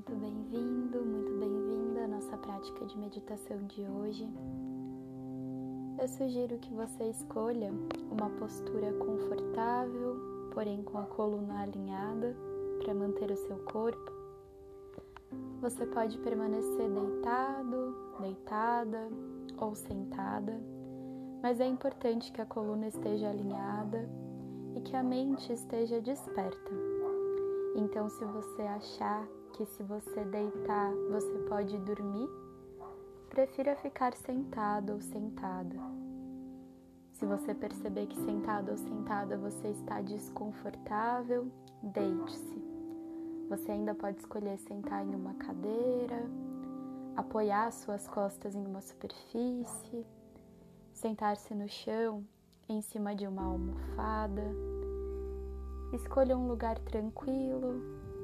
muito bem-vindo, muito bem-vinda à nossa prática de meditação de hoje. Eu sugiro que você escolha uma postura confortável, porém com a coluna alinhada, para manter o seu corpo. Você pode permanecer deitado, deitada ou sentada, mas é importante que a coluna esteja alinhada e que a mente esteja desperta. Então, se você achar que se você deitar, você pode dormir, prefira ficar sentado ou sentada. Se você perceber que sentado ou sentada você está desconfortável, deite-se. Você ainda pode escolher sentar em uma cadeira, apoiar suas costas em uma superfície, sentar-se no chão em cima de uma almofada. Escolha um lugar tranquilo,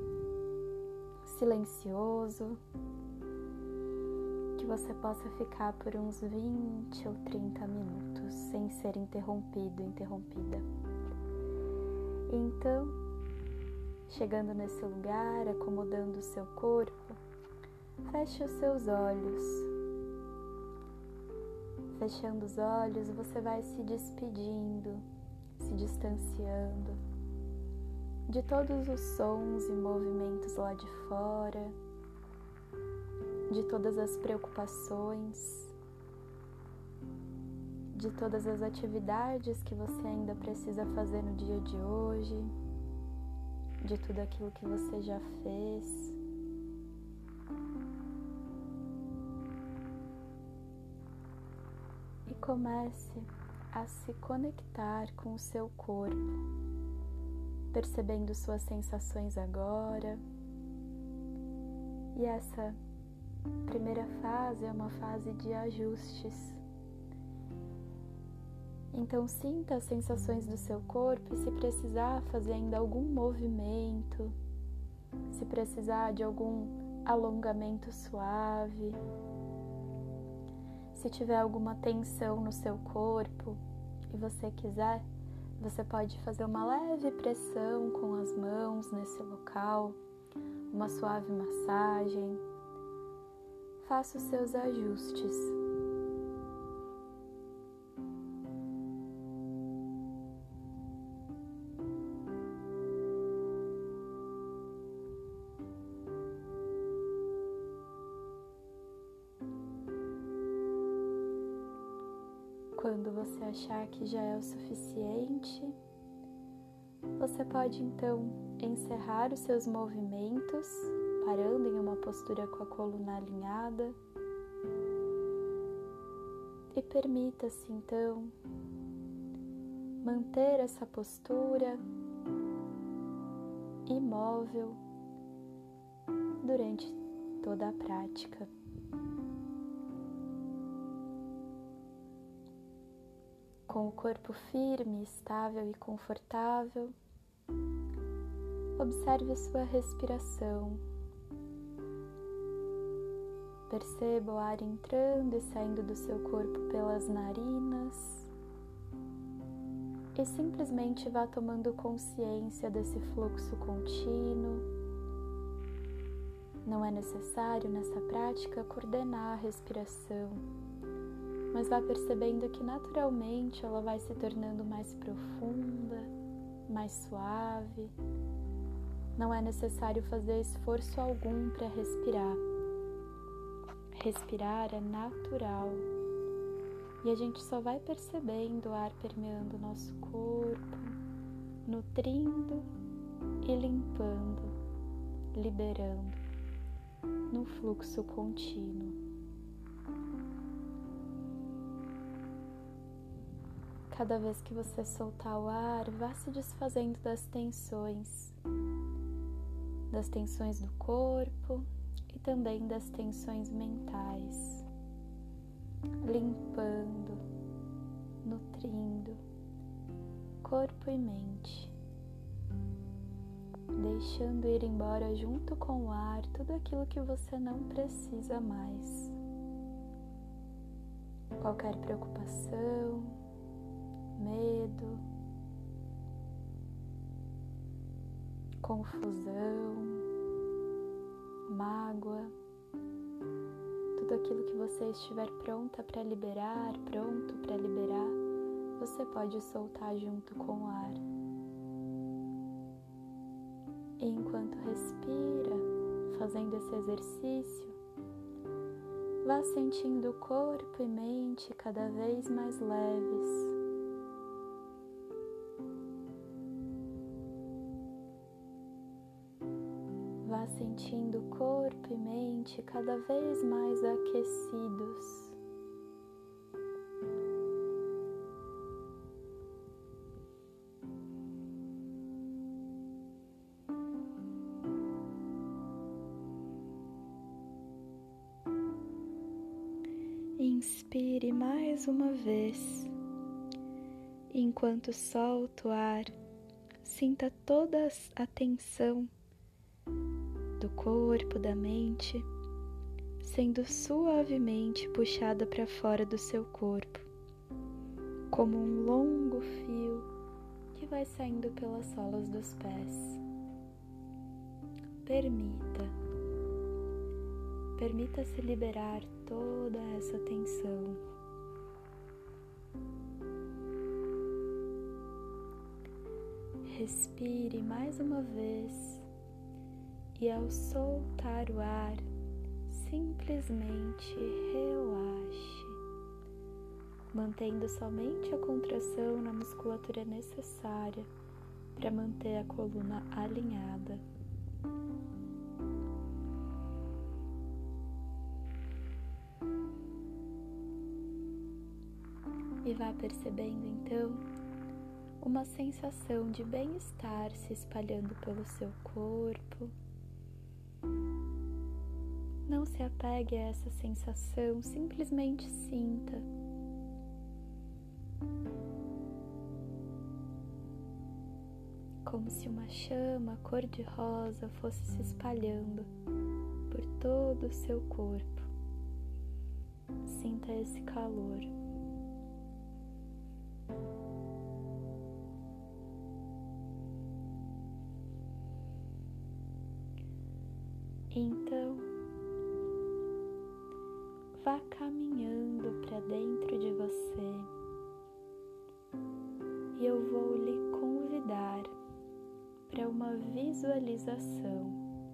silencioso, que você possa ficar por uns 20 ou 30 minutos sem ser interrompida. Então, chegando nesse lugar, acomodando o seu corpo, feche os seus olhos. Fechando os olhos, você vai se despedindo, se distanciando de todos os sons e movimentos lá de fora, de todas as preocupações, de todas as atividades que você ainda precisa fazer no dia de hoje, de tudo aquilo que você já fez. E comece a se conectar com o seu corpo, percebendo suas sensações agora. E essa primeira fase é uma fase de ajustes. Então sinta as sensações do seu corpo e se precisar fazer ainda algum movimento, se precisar de algum alongamento suave, se tiver alguma tensão no seu corpo e você quiser, você pode fazer uma leve pressão com as mãos nesse local, uma suave massagem. Faça os seus ajustes. Quando você achar que já é o suficiente, você pode então encerrar os seus movimentos, parando em uma postura com a coluna alinhada, e permita-se então manter essa postura imóvel durante toda a prática. Com o corpo firme, estável e confortável, observe sua respiração. Perceba o ar entrando e saindo do seu corpo pelas narinas e simplesmente vá tomando consciência desse fluxo contínuo. Não é necessário nessa prática coordenar a respiração, mas vá percebendo que naturalmente ela vai se tornando mais profunda, mais suave. Não é necessário fazer esforço algum para respirar. Respirar é natural e a gente só vai percebendo o ar permeando o nosso corpo, nutrindo e limpando, liberando, num fluxo contínuo. Cada vez que você soltar o ar, vá se desfazendo das tensões do corpo e também das tensões mentais, limpando, nutrindo corpo e mente, deixando ir embora junto com o ar tudo aquilo que você não precisa mais. Qualquer preocupação, medo, confusão, mágoa, tudo aquilo que você estiver pronto para liberar, você pode soltar junto com o ar. E enquanto respira, fazendo esse exercício, vá sentindo o corpo e mente cada vez mais leves. Vá sentindo o corpo e mente cada vez mais aquecidos. Inspire mais uma vez. Enquanto solta o ar, sinta toda a tensão do corpo, da mente, sendo suavemente puxada para fora do seu corpo, como um longo fio que vai saindo pelas solas dos pés. Permita-se liberar toda essa tensão. Respire mais uma vez e, ao soltar o ar, simplesmente relaxe, mantendo somente a contração na musculatura necessária para manter a coluna alinhada. E vá percebendo então uma sensação de bem-estar se espalhando pelo seu corpo. Não se apegue a essa sensação, simplesmente sinta. Como se uma chama cor-de-rosa fosse se espalhando por todo o seu corpo. Sinta esse calor. Então, vá caminhando para dentro de você e eu vou lhe convidar para uma visualização.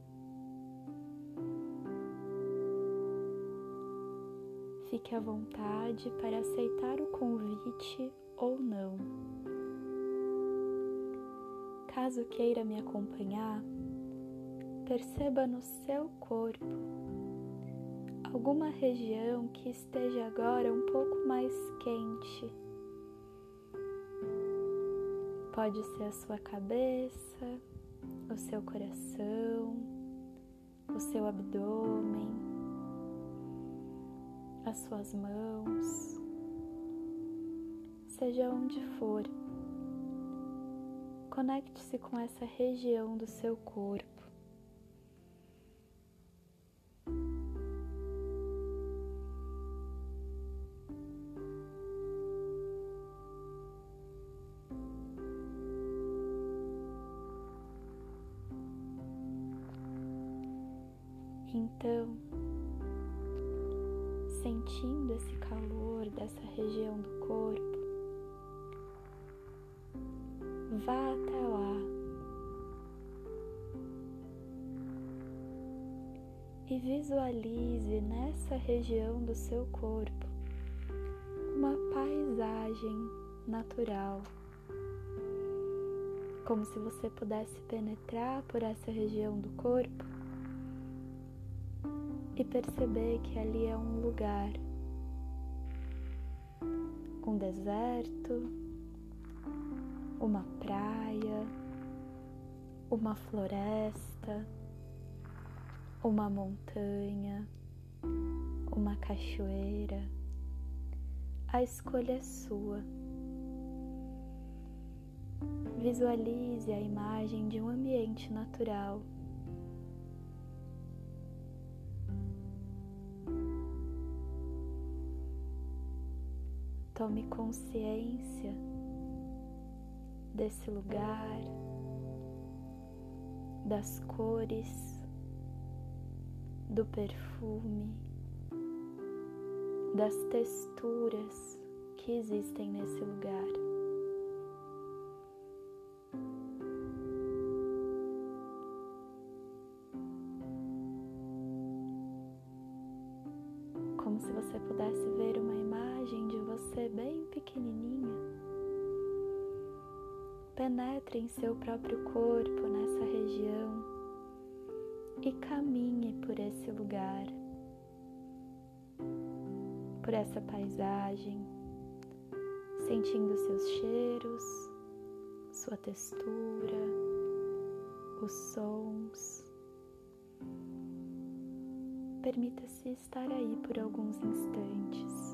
Fique à vontade para aceitar o convite ou não. Caso queira me acompanhar, perceba no seu corpo alguma região que esteja agora um pouco mais quente. Pode ser a sua cabeça, o seu coração, o seu abdômen, as suas mãos, seja onde for. Conecte-se com essa região do seu corpo. Então, sentindo esse calor dessa região do corpo, vá até lá e visualize nessa região do seu corpo uma paisagem natural, como se você pudesse penetrar por essa região do corpo e perceber que ali é um lugar, um deserto, uma praia, uma floresta, uma montanha, uma cachoeira. A escolha é sua. Visualize a imagem de um ambiente natural. Tome consciência desse lugar, das cores, do perfume, das texturas que existem nesse lugar. Como se você pudesse ver uma imagem de você bem pequenininha. Penetre em seu próprio corpo nessa região e caminhe por esse lugar, por essa paisagem, sentindo seus cheiros, sua textura, os sons. Permita-se estar aí por alguns instantes.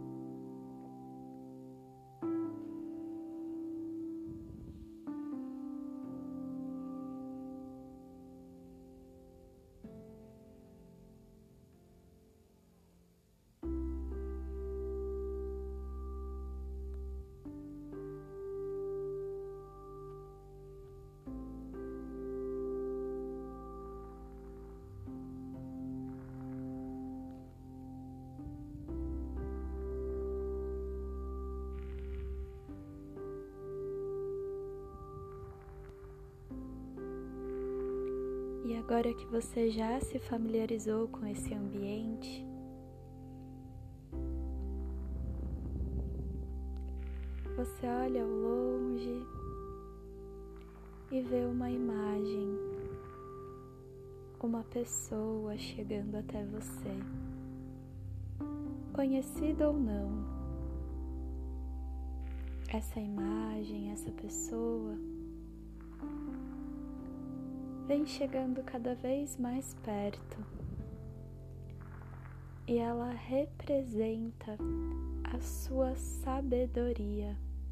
E agora que você já se familiarizou com esse ambiente, você olha ao longe e vê uma imagem, uma pessoa chegando até você, conhecida ou não. Essa imagem, essa pessoa vem chegando cada vez mais perto e ela representa a sua sabedoria.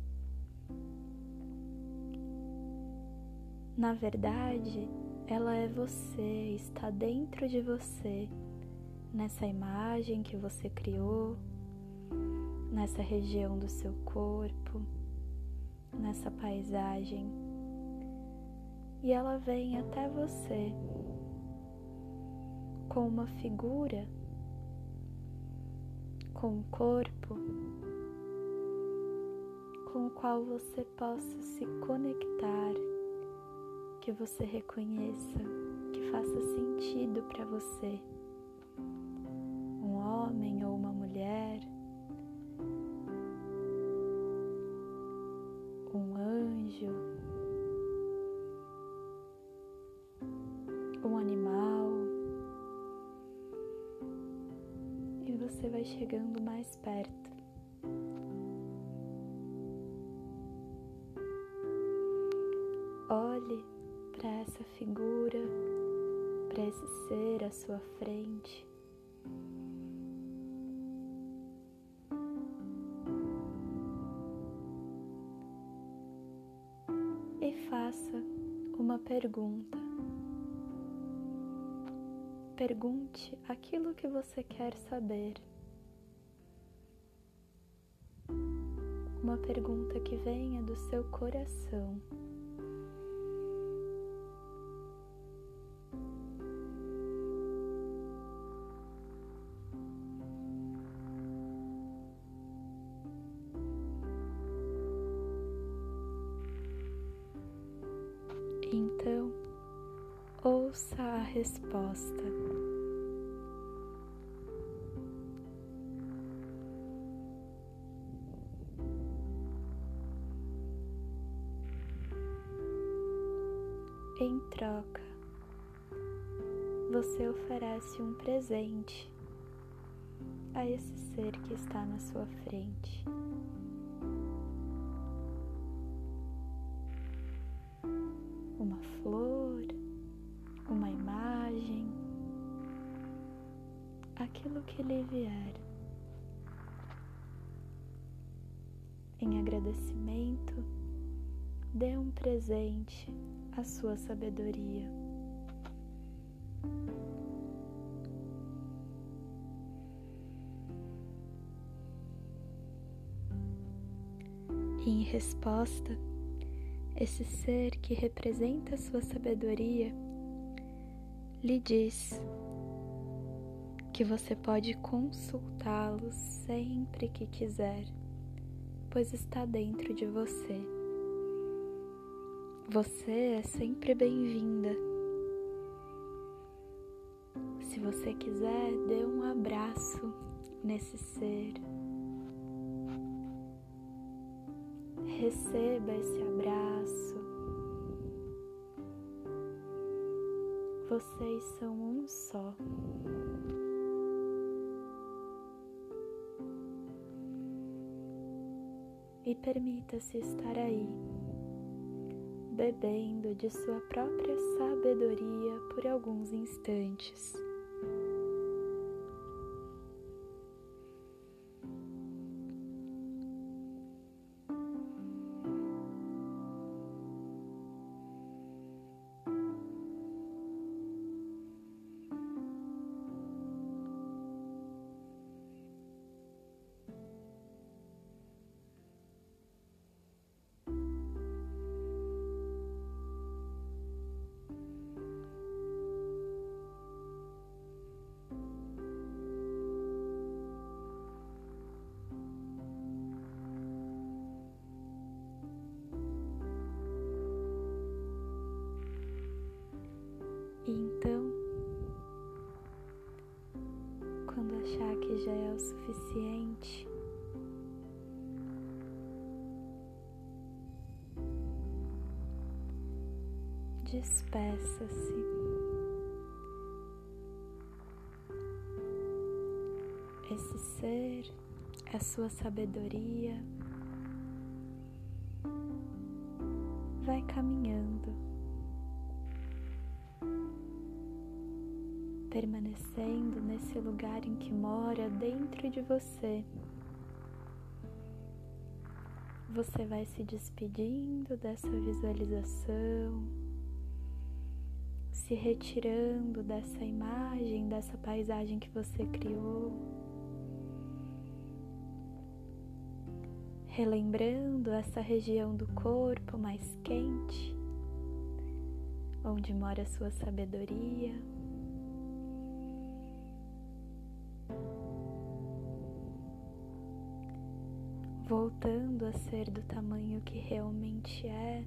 Na verdade, ela é você, está dentro de você, nessa imagem que você criou, nessa região do seu corpo, nessa paisagem. E ela vem até você com uma figura, com um corpo com o qual você possa se conectar, que você reconheça, que faça sentido para você. Um homem ou uma mulher, um anjo, um animal, e você vai chegando mais perto. Olhe para essa figura, para esse ser à sua frente. E faça uma pergunta. Pergunte aquilo que você quer saber. Uma pergunta que venha do seu coração. Então, ouça a resposta. Em troca, você oferece um presente a esse ser que está na sua frente. Uma flor, uma imagem, aquilo que lhe vier. Em agradecimento, dê um presente à sua sabedoria. E em resposta, esse ser que representa a sua sabedoria lhe diz que você pode consultá-lo sempre que quiser, pois está dentro de você. Você é sempre bem-vinda. Se você quiser, dê um abraço nesse ser. Receba esse abraço. Vocês são um só. E permita-se estar aí, bebendo de sua própria sabedoria por alguns instantes. E então, quando achar que já é o suficiente, despeça-se. Esse ser, a sua sabedoria, vai caminhando, permanecendo nesse lugar em que mora dentro de você. Você vai se despedindo dessa visualização, se retirando dessa imagem, dessa paisagem que você criou, relembrando essa região do corpo mais quente, onde mora a sua sabedoria. Voltando a ser do tamanho que realmente é.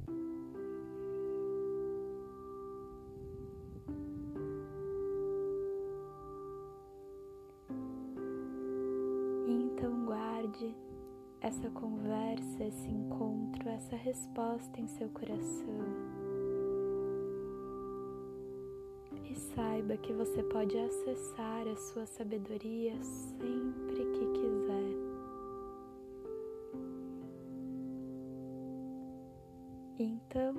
E então guarde essa conversa, esse encontro, essa resposta em seu coração. E saiba que você pode acessar a sua sabedoria sempre que quiser. Então,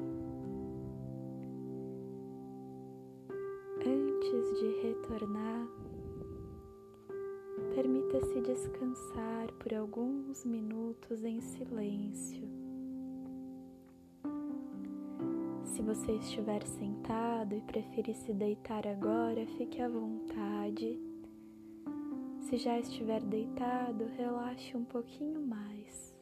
antes de retornar, permita-se descansar por alguns minutos em silêncio. Se você estiver sentado e preferir se deitar agora, fique à vontade. Se já estiver deitado, relaxe um pouquinho mais.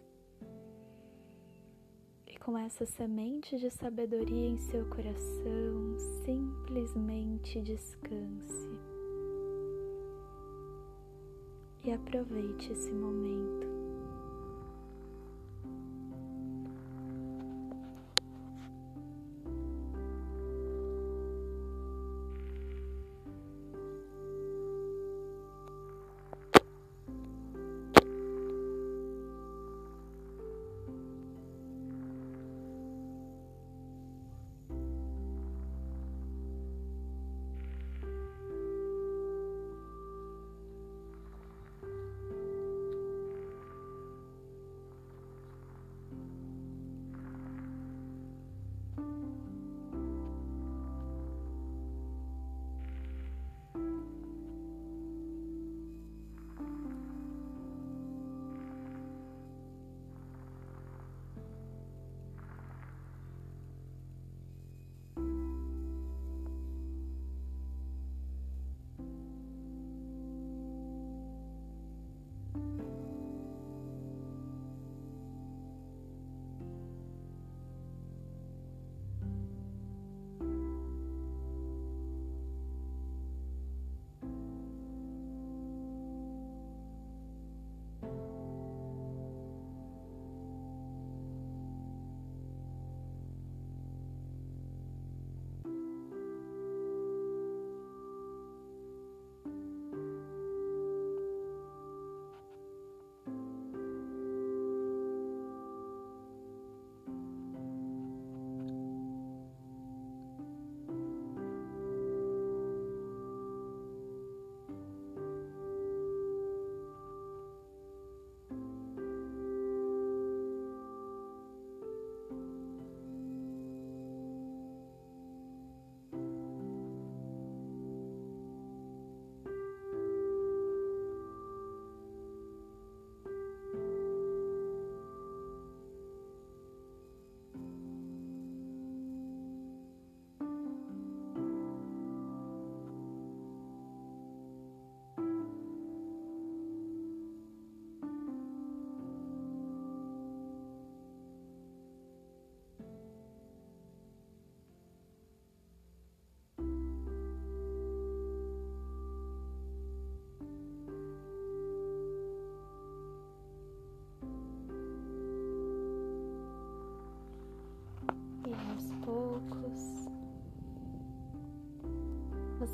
Com essa semente de sabedoria em seu coração, simplesmente descanse e aproveite esse momento.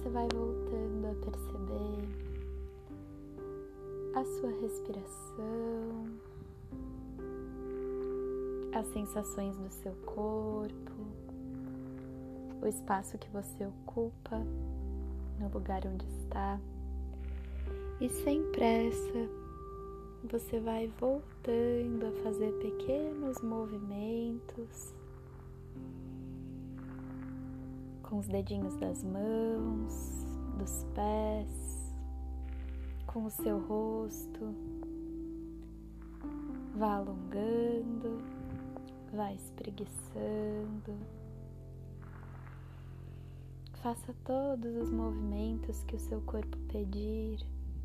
você vai voltando a perceber a sua respiração, as sensações do seu corpo, o espaço que você ocupa no lugar onde está. E sem pressa, você vai voltando a fazer pequenos movimentos com os dedinhos das mãos, dos pés, com o seu rosto. Vá alongando, vá espreguiçando. Faça todos os movimentos que o seu corpo pedir.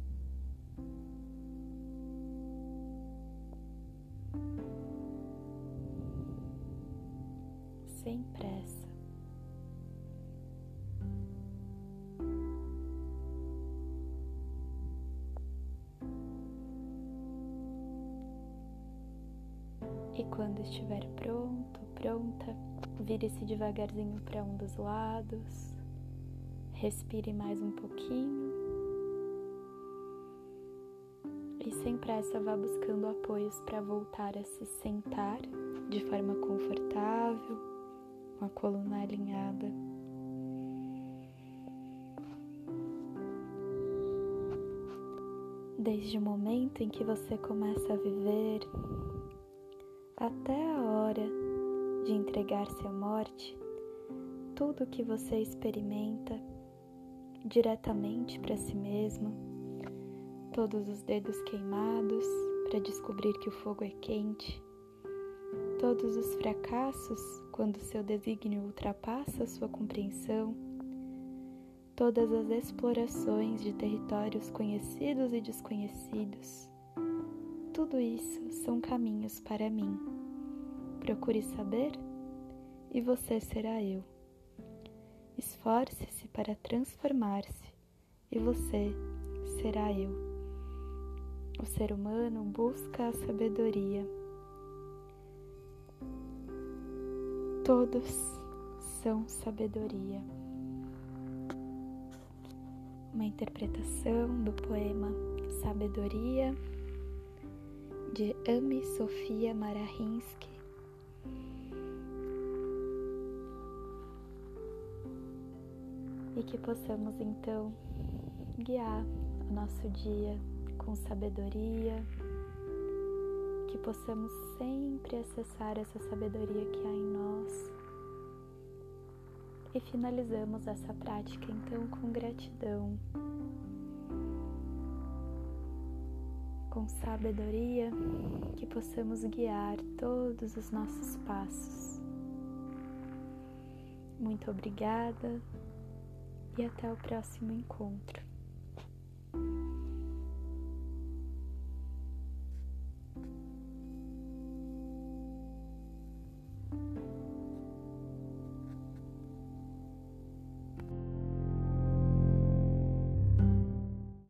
Sem pressa. E quando estiver pronto, pronta, vire-se devagarzinho para um dos lados. Respire mais um pouquinho. E sem pressa vá buscando apoios para voltar a se sentar de forma confortável, com a coluna alinhada. Desde o momento em que você começa a viver até a hora de entregar-se à morte, tudo que você experimenta diretamente para si mesmo, todos os dedos queimados para descobrir que o fogo é quente, todos os fracassos quando seu desígnio ultrapassa sua compreensão, todas as explorações de territórios conhecidos e desconhecidos, tudo isso são caminhos para mim. Procure saber e você será eu. Esforce-se para transformar-se e você será eu. O ser humano busca a sabedoria. Todos são sabedoria. Uma interpretação do poema Sabedoria, de Amy Sofia Marahinsky. E que possamos então guiar o nosso dia com sabedoria, que possamos sempre acessar essa sabedoria que há em nós. E finalizamos essa prática então com gratidão, com sabedoria, que possamos guiar todos os nossos passos. Muito obrigada e até o próximo encontro.